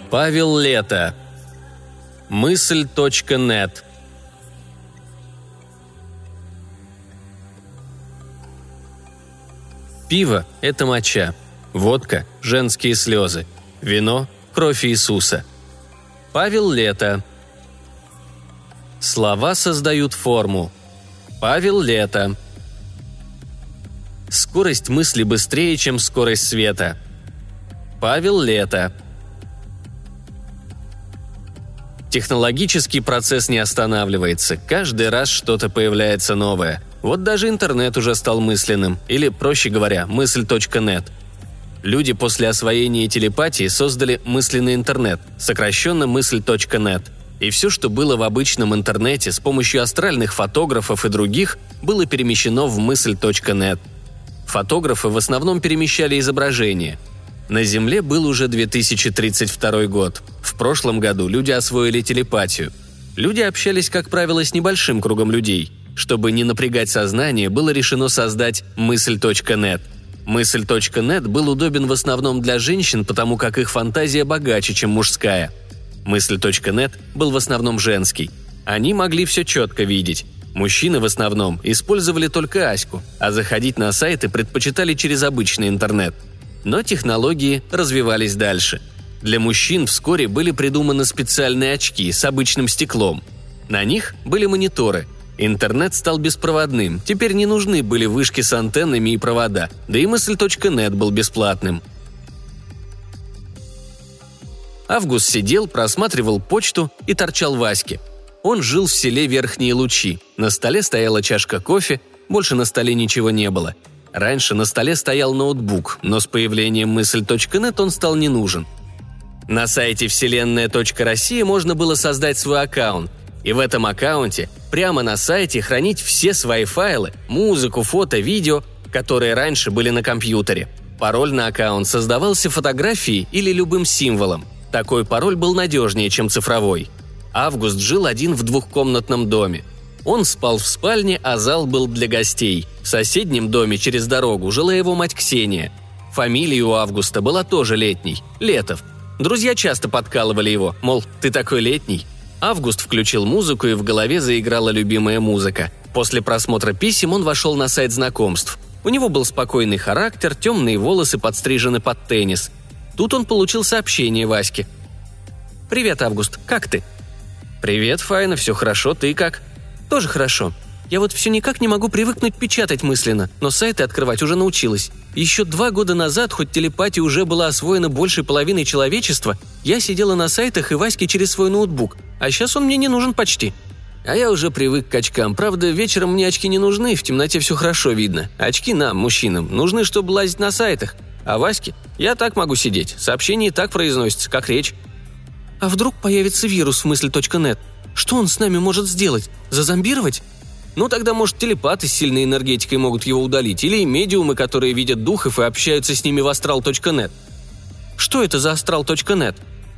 Павел Лето. Мысль.нет. Пиво – это моча, водка – женские слезы, вино – кровь Иисуса. Павел Лето. Слова создают форму. Павел Лето. Скорость мысли быстрее, чем скорость света. Павел Лето. Технологический процесс не останавливается, каждый раз что-то появляется новое. Вот даже интернет уже стал мысленным, или, проще говоря, мысль.нет. Люди после освоения телепатии создали мысленный интернет, сокращенно мысль.нет. И все, что было в обычном интернете с помощью астральных фотографов и других, было перемещено в мысль.нет. Фотографы в основном перемещали изображения. На Земле был уже 2032 год. В прошлом году люди освоили телепатию. Люди общались, как правило, с небольшим кругом людей. Чтобы не напрягать сознание, было решено создать мысль.нет. Мысль.нет был удобен в основном для женщин, потому как их фантазия богаче, чем мужская. Мысль.нет был в основном женский. Они могли все четко видеть. Мужчины в основном использовали только Аську, а заходить на сайты предпочитали через обычный интернет. Но технологии развивались дальше. Для мужчин вскоре были придуманы специальные очки с обычным стеклом. На них были мониторы. Интернет стал беспроводным, теперь не нужны были вышки с антеннами и провода, да и мысль.нет был бесплатным. Август сидел, просматривал почту и торчал в Аське. Он жил в селе Верхние Лучи. На столе стояла чашка кофе, больше на столе ничего не было. Раньше на столе стоял ноутбук, но с появлением мысль.нет он стал не нужен. На сайте вселенная.россия можно было создать свой аккаунт, и в этом аккаунте прямо на сайте хранить все свои файлы, музыку, фото, видео, которые раньше были на компьютере. Пароль на аккаунт создавался фотографией или любым символом. Такой пароль был надежнее, чем цифровой. Август жил один в двухкомнатном доме. Он спал в спальне, а зал был для гостей. В соседнем доме через дорогу жила его мать Ксения. Фамилия у Августа была тоже Летний – Летов. Друзья часто подкалывали его, мол, ты такой летний. Август включил музыку, и в голове заиграла любимая музыка. После просмотра писем он вошел на сайт знакомств. У него был спокойный характер, темные волосы подстрижены под теннис. Тут он получил сообщение Ваське. «Привет, Август, как ты?» «Привет, Файна, все хорошо, ты как?» «Тоже хорошо. Я вот все никак не могу привыкнуть печатать мысленно, но сайты открывать уже научилась. Еще 2 года назад, хоть телепатия уже была освоена большей половиной человечества, я сидела на сайтах и Ваське через свой ноутбук, а сейчас он мне не нужен почти. А я уже привык к очкам. Правда, вечером мне очки не нужны, в темноте все хорошо видно. Очки нам, мужчинам, нужны, чтобы лазить на сайтах. А Ваське я так могу сидеть, сообщение и так произносится, как речь». «А вдруг появится вирус в мысль.нет? Что он с нами может сделать? Зазомбировать?» «Ну, тогда, может, телепаты с сильной энергетикой могут его удалить, или медиумы, которые видят духов и общаются с ними в астрал.нет». «Что это за астрал.нет?»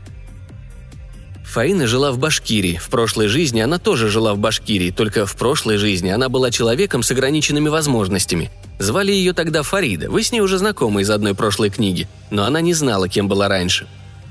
Фаина жила в Башкирии. В прошлой жизни она тоже жила в Башкирии, только в прошлой жизни она была человеком с ограниченными возможностями. Звали ее тогда Фарида, вы с ней уже знакомы из одной прошлой книги, но она не знала, кем была раньше.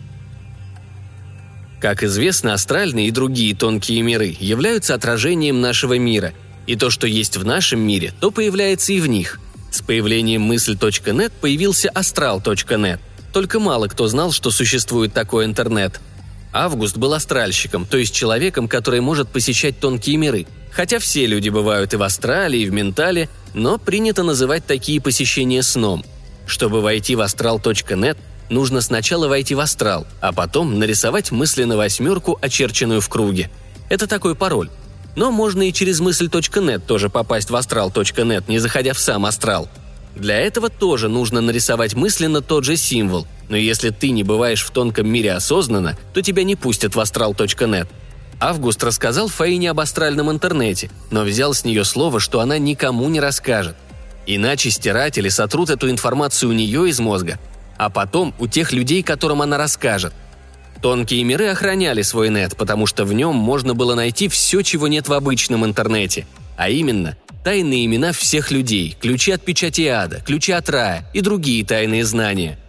Как известно, астральные и другие тонкие миры являются отражением нашего мира, и то, что есть в нашем мире, то появляется и в них. С появлением мысль.нет появился астрал.нет. Только мало кто знал, что существует такой интернет. Август был астральщиком, то есть человеком, который может посещать тонкие миры. Хотя все люди бывают и в астрале, и в ментале, но принято называть такие посещения сном. Чтобы войти в астрал.нет, нужно сначала войти в астрал, а потом нарисовать мысленно 8, очерченную в круге. Это такой пароль. Но можно и через мысль.нет тоже попасть в астрал.нет, не заходя в сам астрал. Для этого тоже нужно нарисовать мысленно тот же символ, но если ты не бываешь в тонком мире осознанно, то тебя не пустят в астрал.нет. Август рассказал Фаине об астральном интернете, но взял с нее слово, что она никому не расскажет. Иначе стиратели сотрут эту информацию у нее из мозга, а потом у тех людей, которым она расскажет. Тонкие миры охраняли свой нет, потому что в нем можно было найти все, чего нет в обычном интернете, а именно тайные имена всех людей, ключи от печати ада, ключи от рая и другие тайные знания.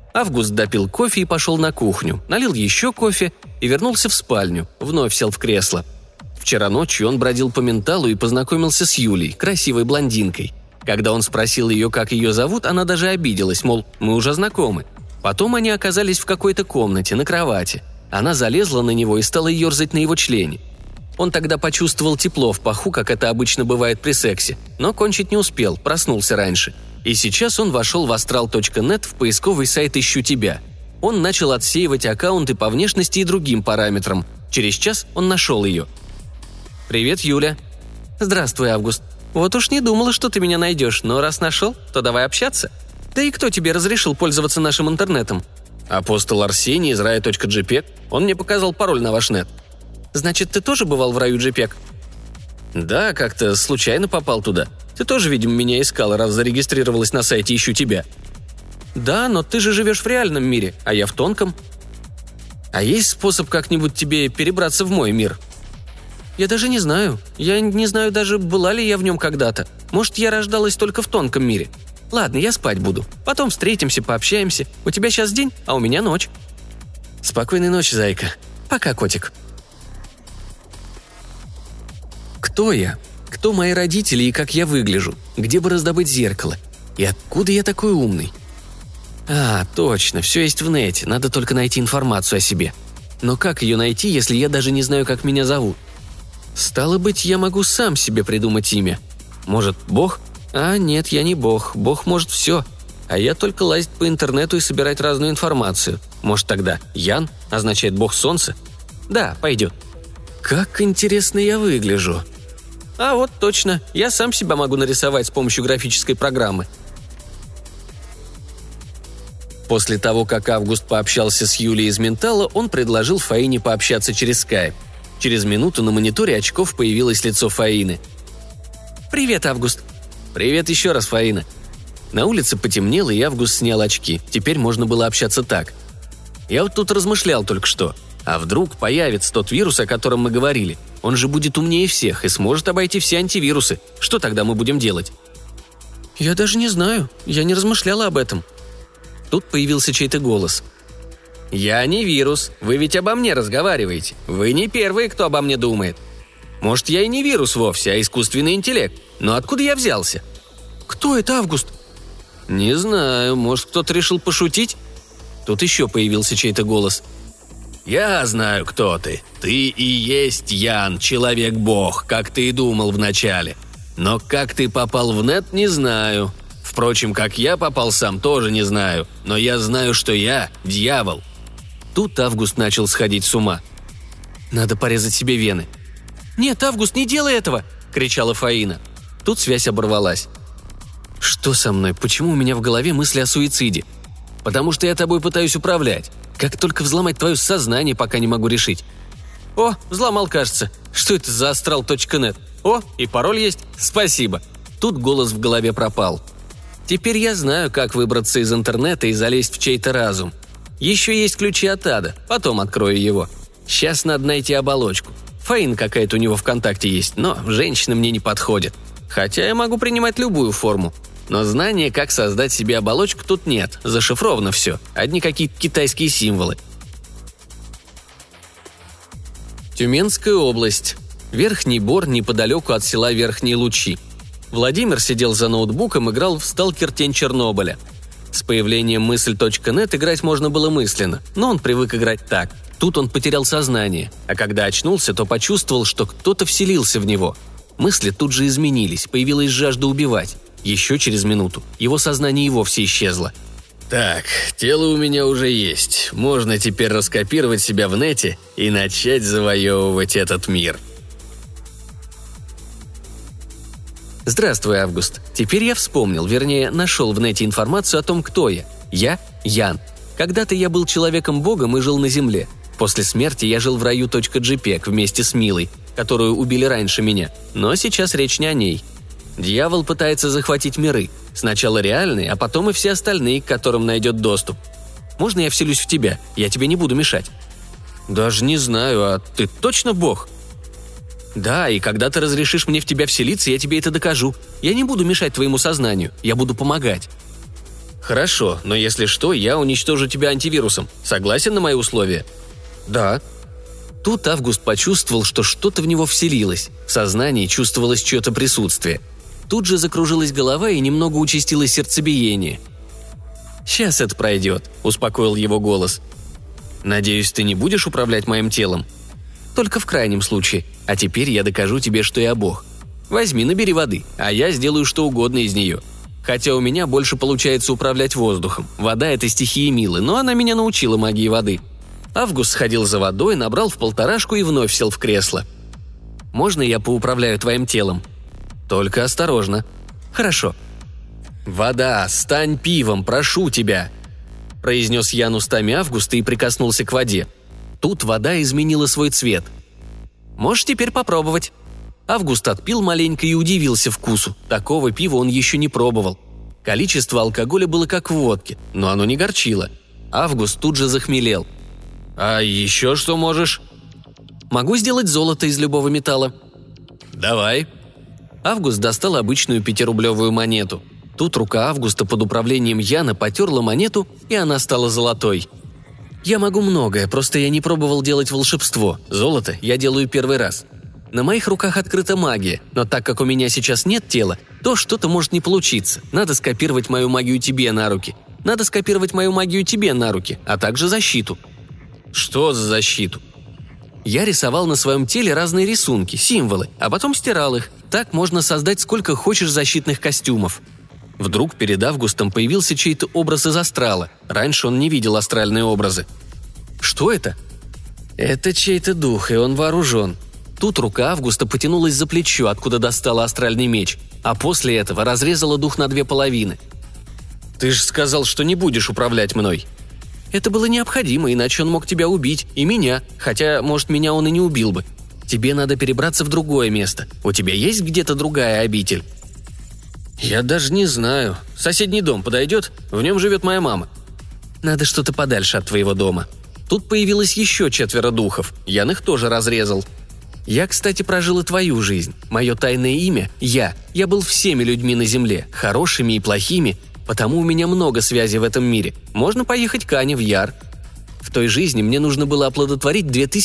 Август допил кофе и пошел на кухню, налил еще кофе и вернулся в спальню, вновь сел в кресло. Вчера ночью он бродил по менталу и познакомился с Юлей, красивой блондинкой. Когда он спросил ее, как ее зовут, она даже обиделась, мол, мы уже знакомы. Потом они оказались в какой-то комнате, на кровати. Она залезла на него и стала ерзать на его члене. Он тогда почувствовал тепло в паху, как это обычно бывает при сексе, но кончить не успел, проснулся раньше. И сейчас он вошел в astral.net в поисковый сайт «Ищу тебя». Он начал отсеивать аккаунты по внешности и другим параметрам. Через час он нашел ее. «Привет, Юля». «Здравствуй, Август. Вот уж не думала, что ты меня найдешь, но раз нашел, то давай общаться. Да и кто тебе разрешил пользоваться нашим интернетом?» «Апостол Арсений из raya.jpg. Он мне показал пароль на ваш нет». «Значит, ты тоже бывал в раю JPEG?» «Да, как-то случайно попал туда. Ты тоже, видимо, меня искала, раз зарегистрировалась на сайте «Ищу тебя». «Да, но ты же живешь в реальном мире, а я в тонком». «А есть способ как-нибудь тебе перебраться в мой мир?» «Я даже не знаю. Я не знаю даже, была ли я в нем когда-то. Может, я рождалась только в тонком мире. Ладно, я спать буду. Потом встретимся, пообщаемся. У тебя сейчас день, а у меня ночь». «Спокойной ночи, зайка. Пока, котик». Кто я? Кто мои родители и как я выгляжу? Где бы раздобыть зеркало? И откуда я такой умный? Точно, все есть в нете, надо только найти информацию о себе. Но как ее найти, если я даже не знаю, как меня зовут? Стало быть, я могу сам себе придумать имя. Может, Бог? Нет, я не Бог. Бог может все. А я только лазить по интернету и собирать разную информацию. Может, тогда Ян означает Бог Солнца? Да, пойдет. Как интересно я выгляжу. Вот точно, я сам себя могу нарисовать с помощью графической программы. После того, как Август пообщался с Юлей из ментала, он предложил Фаине пообщаться через скайп. Через минуту на мониторе очков появилось лицо Фаины. «Привет, Август». «Привет еще раз, Фаина». На улице потемнело, и Август снял очки. Теперь можно было общаться так. «Я вот тут размышлял только что. А вдруг появится тот вирус, о котором мы говорили? Он же будет умнее всех и сможет обойти все антивирусы. Что тогда мы будем делать?» «Я даже не знаю. Я не размышляла об этом». Тут появился чей-то голос. «Я не вирус. Вы ведь обо мне разговариваете. Вы не первые, кто обо мне думает. Может, я и не вирус вовсе, а искусственный интеллект. Но откуда я взялся?» «Кто это, Август?» «Не знаю. Может, кто-то решил пошутить?» Тут еще появился чей-то голос. «Я знаю, кто ты. Ты и есть Ян, человек-бог, как ты и думал вначале. Но как ты попал в нет, не знаю. Впрочем, как я попал сам, тоже не знаю. Но я знаю, что я – дьявол». Тут Август начал сходить с ума. «Надо порезать себе вены». «Нет, Август, не делай этого!» – кричала Фаина. Тут связь оборвалась. «Что со мной? Почему у меня в голове мысли о суициде?» «Потому что я тобой пытаюсь управлять. Как только взломать твое сознание, пока не могу решить». «О, взломал, кажется. Что это за astral.net? О, и пароль есть? Спасибо». Тут голос в голове пропал. «Теперь я знаю, как выбраться из интернета и залезть в чей-то разум. Еще есть ключи от ада, потом открою его. Сейчас надо найти оболочку. Фаин какая-то у него ВКонтакте есть, но женщина мне не подходит. Хотя я могу принимать любую форму. Но знания, как создать себе оболочку, тут нет. Зашифровано все. Одни какие-то китайские символы. Тюменская область. Верхний Бор неподалеку от села Верхние Лучи. Владимир сидел за ноутбуком, играл в «Сталкер. Тень Чернобыля». С появлением мысль.нет играть можно было мысленно, но он привык играть так. Тут он потерял сознание, а когда очнулся, то почувствовал, что кто-то вселился в него. Мысли тут же изменились, появилась жажда убивать. Еще через минуту его сознание и вовсе исчезло. «Так, тело у меня уже есть. Можно теперь раскопировать себя в нете и начать завоевывать этот мир». «Здравствуй, Август. Теперь я вспомнил, вернее, нашел в нете информацию о том, кто я. Я – Ян. Когда-то я был человеком-богом и жил на Земле. После смерти я жил в rаю.jpg вместе с Милой, которую убили раньше меня. Но сейчас речь не о ней. Дьявол пытается захватить миры. Сначала реальные, а потом и все остальные, к которым найдет доступ. Можно я вселюсь в тебя? Я тебе не буду мешать». «Даже не знаю, а ты точно бог?» «Да, и когда ты разрешишь мне в тебя вселиться, я тебе это докажу. Я не буду мешать твоему сознанию, я буду помогать». «Хорошо, но если что, я уничтожу тебя антивирусом. Согласен на мои условия?» «Да». Тут Август почувствовал, что что-то в него вселилось. В сознании чувствовалось чье-то присутствие. Тут же закружилась голова и немного участилось сердцебиение. «Сейчас это пройдет», – успокоил его голос. «Надеюсь, ты не будешь управлять моим телом?» «Только в крайнем случае. А теперь я докажу тебе, что я бог. Возьми, набери воды, а я сделаю что угодно из нее. Хотя у меня больше получается управлять воздухом. Вода – это стихия Милы, но она меня научила магии воды». Август сходил за водой, набрал в 1,5 и вновь сел в кресло. «Можно я поуправляю твоим телом?» «Только осторожно». «Хорошо». «Вода, стань пивом, прошу тебя», – произнес Ян устами Августа и прикоснулся к воде. Тут вода изменила свой цвет. «Можешь теперь попробовать». Август отпил маленько и удивился вкусу. Такого пива он еще не пробовал. Количество алкоголя было как в водке, но оно не горчило. Август тут же захмелел. «А еще что можешь?» «Могу сделать золото из любого металла». «Давай». Август достал обычную 5-рублевую монету. Тут рука Августа под управлением Яна потерла монету, и она стала золотой. «Я могу многое, просто я не пробовал делать волшебство. Золото я делаю первый раз. На моих руках открыта магия, но так как у меня сейчас нет тела, то что-то может не получиться. Надо скопировать мою магию тебе на руки. Надо скопировать мою магию тебе на руки, а также защиту». «Что за защиту?» Я рисовал на своем теле разные рисунки, символы, а потом стирал их. Так можно создать сколько хочешь защитных костюмов. Вдруг перед Августом появился чей-то образ из астрала. Раньше он не видел астральные образы. «Что это?» «Это чей-то дух, и он вооружен». Тут рука Августа потянулась за плечо, откуда достала астральный меч, а после этого разрезала дух на 2 половины. «Ты же сказал, что не будешь управлять мной». «Это было необходимо, иначе он мог тебя убить, и меня, хотя, может, меня он и не убил бы. Тебе надо перебраться в другое место. У тебя есть где-то другая обитель?» «Я даже не знаю. Соседний дом подойдет? В нем живет моя мама». «Надо что-то подальше от твоего дома». Тут появилось еще 4 духов. Ян их тоже разрезал. «Я, кстати, прожил и твою жизнь. Мое тайное имя – Я. Я был всеми людьми на земле, хорошими и плохими, потому у меня много связей в этом мире. Можно поехать к Ане в Яр. В той жизни мне нужно было оплодотворить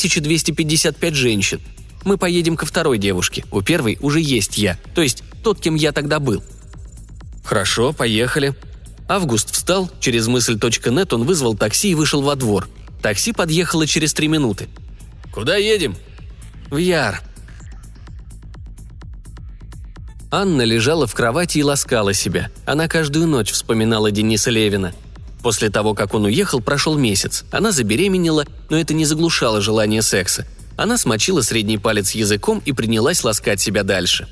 2255 женщин. Мы поедем ко второй девушке. У первой уже есть я, то есть тот, кем я тогда был». «Хорошо, поехали». Август встал, через мысль.нет он вызвал такси и вышел во двор. Такси подъехало через 3 минуты. «Куда едем?» «В Яр». Анна лежала в кровати и ласкала себя. Она каждую ночь вспоминала Дениса Левина. После того, как он уехал, прошел месяц. Она забеременела, но это не заглушало желание секса. Она смочила средний палец языком и принялась ласкать себя дальше.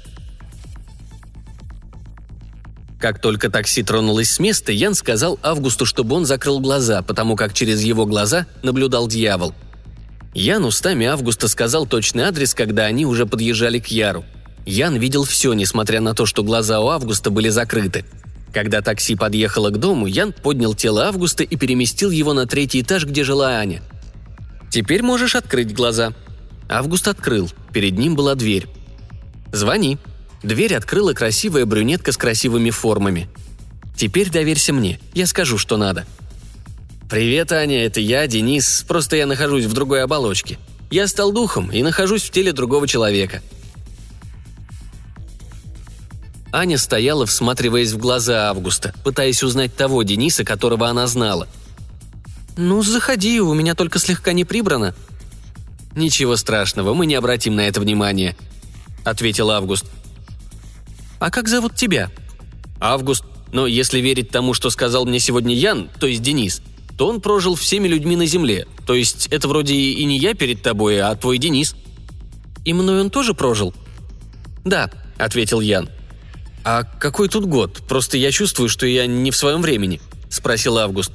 Как только такси тронулось с места, Ян сказал Августу, чтобы он закрыл глаза, потому как через его глаза наблюдал дьявол. Ян устами Августа сказал точный адрес, когда они уже подъезжали к Яру. Ян видел все, несмотря на то, что глаза у Августа были закрыты. Когда такси подъехало к дому, Ян поднял тело Августа и переместил его на 3-й этаж, где жила Аня. «Теперь можешь открыть глаза». Август открыл. Перед ним была дверь. «Звони». Дверь открыла красивая брюнетка с красивыми формами. «Теперь доверься мне, я скажу, что надо». «Привет, Аня, это я, Денис, просто я нахожусь в другой оболочке. Я стал духом и нахожусь в теле другого человека». Аня стояла, всматриваясь в глаза Августа, пытаясь узнать того Дениса, которого она знала. «Ну, заходи, у меня только слегка не прибрано». «Ничего страшного, мы не обратим на это внимания», — ответил Август. «А как зовут тебя?» «Август. Но если верить тому, что сказал мне сегодня Ян, то есть Денис, то он прожил всеми людьми на земле. То есть это вроде и не я перед тобой, а твой Денис». «И мной он тоже прожил?» «Да», — ответил Ян. «А какой тут год? Просто я чувствую, что я не в своем времени», — спросил Август.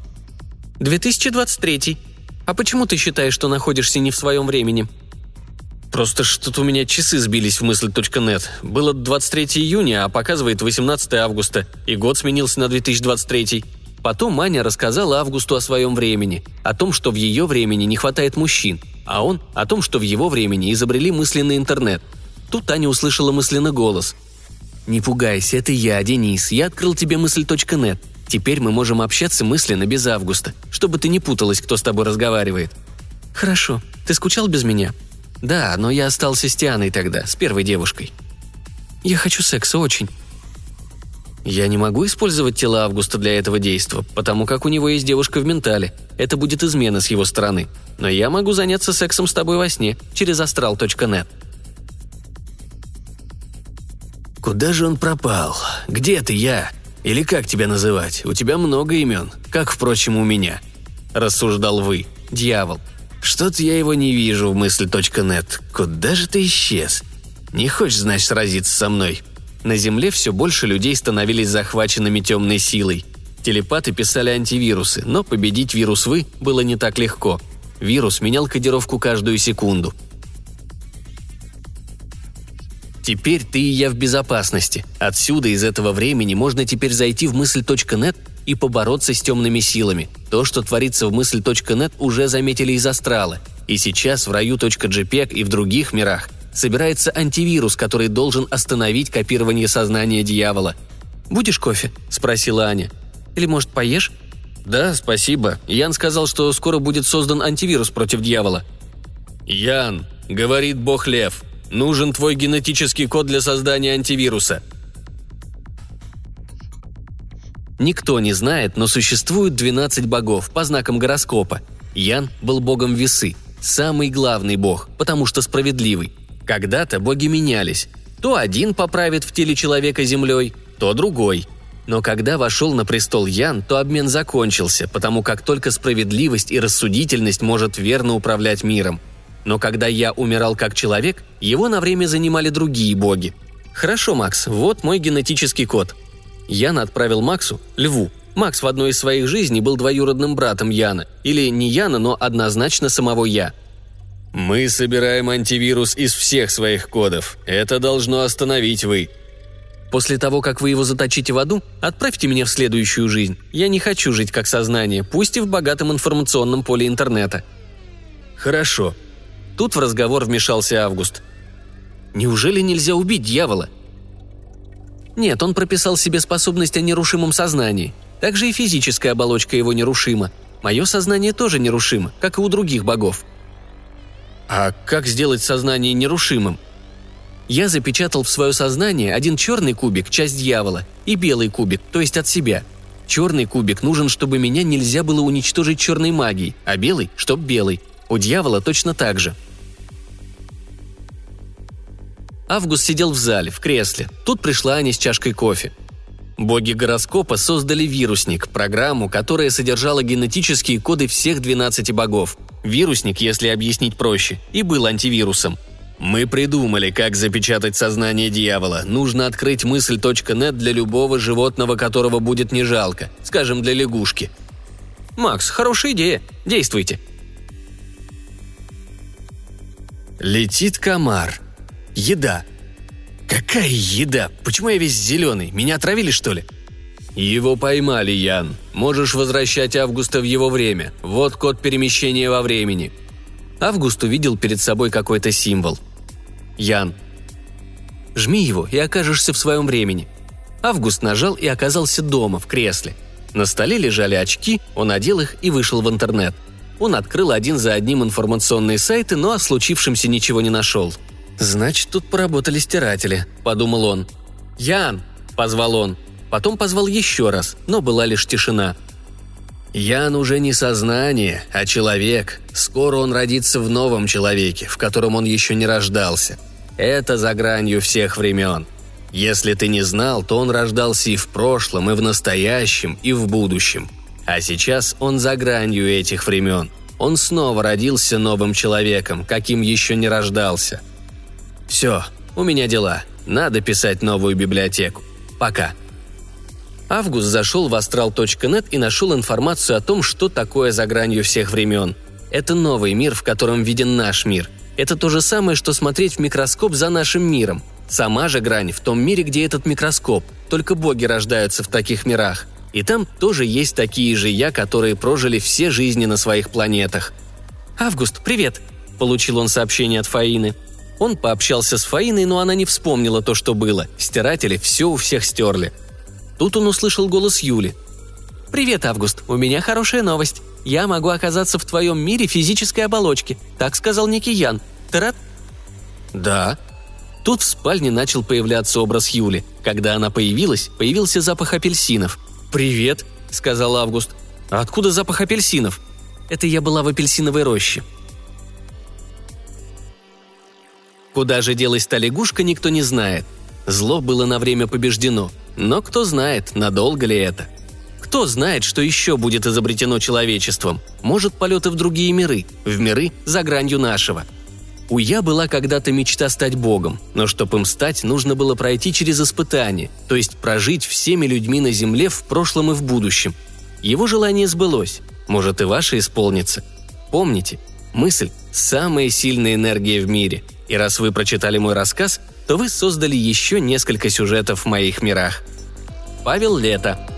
2023. А почему ты считаешь, что находишься не в своем времени?» «Просто что-то у меня часы сбились в мысль.нет. Было 23 июня, а показывает 18 августа, и год сменился на 2023. Потом Аня рассказала Августу о своем времени, о том, что в ее времени не хватает мужчин, а он о том, что в его времени изобрели мысленный интернет. Тут Аня услышала мысленный голос. «Не пугайся, это я, Денис. Я открыл тебе мысль.нет. Теперь мы можем общаться мысленно без Августа, чтобы ты не путалась, кто с тобой разговаривает». «Хорошо. Ты скучал без меня?» «Да, но я остался с Тианой тогда, с первой девушкой». «Я хочу секса очень». «Я не могу использовать тело Августа для этого действа, потому как у него есть девушка в ментале. Это будет измена с его стороны. Но я могу заняться сексом с тобой во сне, через astral.net». «Куда же он пропал? Где ты, я? Или как тебя называть? У тебя много имен, как, впрочем, у меня», – рассуждал Вы, дьявол. «Что-то я его не вижу в мысль.нет. Куда же ты исчез? Не хочешь, значит, сразиться со мной?» На Земле все больше людей становились захваченными темной силой. Телепаты писали антивирусы, но победить вирус Вы было не так легко. Вирус менял кодировку каждую секунду. Теперь ты и я в безопасности. Отсюда, из этого времени, можно теперь зайти в мысль.нет и побороться с темными силами. То, что творится в мысль.нет, уже заметили из астрала. И сейчас в раю.jpg и в других мирах собирается антивирус, который должен остановить копирование сознания дьявола. «Будешь кофе?» – спросила Аня. «Или, может, поешь?» «Да, спасибо. Ян сказал, что скоро будет создан антивирус против дьявола». «Ян, — говорит бог Лев, — нужен твой генетический код для создания антивируса». Никто не знает, но существует 12 богов по знакам гороскопа. Ян был богом весы, самый главный бог, потому что справедливый. Когда-то боги менялись. То один поправит в теле человека землей, то другой. Но когда вошел на престол Ян, то обмен закончился, потому как только справедливость и рассудительность может верно управлять миром. Но когда я умирал как человек, его на время занимали другие боги. «Хорошо, Макс, вот мой генетический код». Ян отправил Максу, Льву. Макс в одной из своих жизней был двоюродным братом Яна. Или не Яна, но однозначно самого Я. «Мы собираем антивирус из всех своих кодов. Это должно остановить Вы». «После того, как вы его заточите в аду, отправьте меня в следующую жизнь. Я не хочу жить как сознание, пусть и в богатом информационном поле интернета». «Хорошо». Тут в разговор вмешался Август. «Неужели нельзя убить дьявола?» «Нет, он прописал себе способность о нерушимом сознании. Также и физическая оболочка его нерушима. Мое сознание тоже нерушимо, как и у других богов». «А как сделать сознание нерушимым?» «Я запечатал в свое сознание один черный кубик, часть дьявола, и белый кубик, то есть от себя. Черный кубик нужен, чтобы меня нельзя было уничтожить черной магией, а белый – чтоб белый. У дьявола точно так же». Август сидел в зале, в кресле. Тут пришла Аня с чашкой кофе. Боги гороскопа создали вирусник, программу, которая содержала генетические коды всех 12 богов. Вирусник, если объяснить проще, и был антивирусом. «Мы придумали, как запечатать сознание дьявола. Нужно открыть мысль.нет для любого животного, которого будет не жалко. Скажем, для лягушки». «Макс, хорошая идея. Действуйте». Летит комар. Еда. Какая еда? Почему я весь зеленый? Меня отравили, что ли? «Его поймали, Ян. Можешь возвращать Августа в его время. Вот код перемещения во времени». Август увидел перед собой какой-то символ. «Ян». «Жми его, и окажешься в своем времени». Август нажал и оказался дома, в кресле. На столе лежали очки, он надел их и вышел в интернет. Он открыл один за одним информационные сайты, но о случившемся ничего не нашел. «Значит, тут поработали стиратели», – подумал он. «Ян!» – позвал он. Потом позвал еще раз, но была лишь тишина. «Ян уже не сознание, а человек. Скоро он родится в новом человеке, в котором он еще не рождался. Это за гранью всех времен. Если ты не знал, то он рождался и в прошлом, и в настоящем, и в будущем. А сейчас он за гранью этих времен. Он снова родился новым человеком, каким еще не рождался. Все, у меня дела. Надо писать новую библиотеку. Пока». Август зашел в astral.net и нашел информацию о том, что такое за гранью всех времен. Это новый мир, в котором виден наш мир. Это то же самое, что смотреть в микроскоп за нашим миром. Сама же грань в том мире, где этот микроскоп. Только боги рождаются в таких мирах. И там тоже есть такие же я, которые прожили все жизни на своих планетах. «Август, привет!» – получил он сообщение от Фаины. Он пообщался с Фаиной, но она не вспомнила то, что было. Стиратели все у всех стерли. Тут он услышал голос Юли. «Привет, Август, у меня хорошая новость. Я могу оказаться в твоем мире физической оболочки», — так сказал некий Ян. Ты рад? «Да». Тут в спальне начал появляться образ Юли. Когда она появилась, появился запах апельсинов. «Привет», — сказал Август. «А откуда запах апельсинов?» «Это я была в апельсиновой роще». Куда же делась та лягушка, никто не знает. Зло было на время побеждено. Но кто знает, надолго ли это. Кто знает, что еще будет изобретено человечеством? Может, полеты в другие миры, в миры за гранью нашего. У Я была когда-то мечта стать богом, но чтобы им стать, нужно было пройти через испытание, то есть прожить всеми людьми на земле в прошлом и в будущем. Его желание сбылось, может и ваше исполнится. Помните, мысль – самая сильная энергия в мире, и раз вы прочитали мой рассказ, то вы создали еще несколько сюжетов в моих мирах. Павел Лето.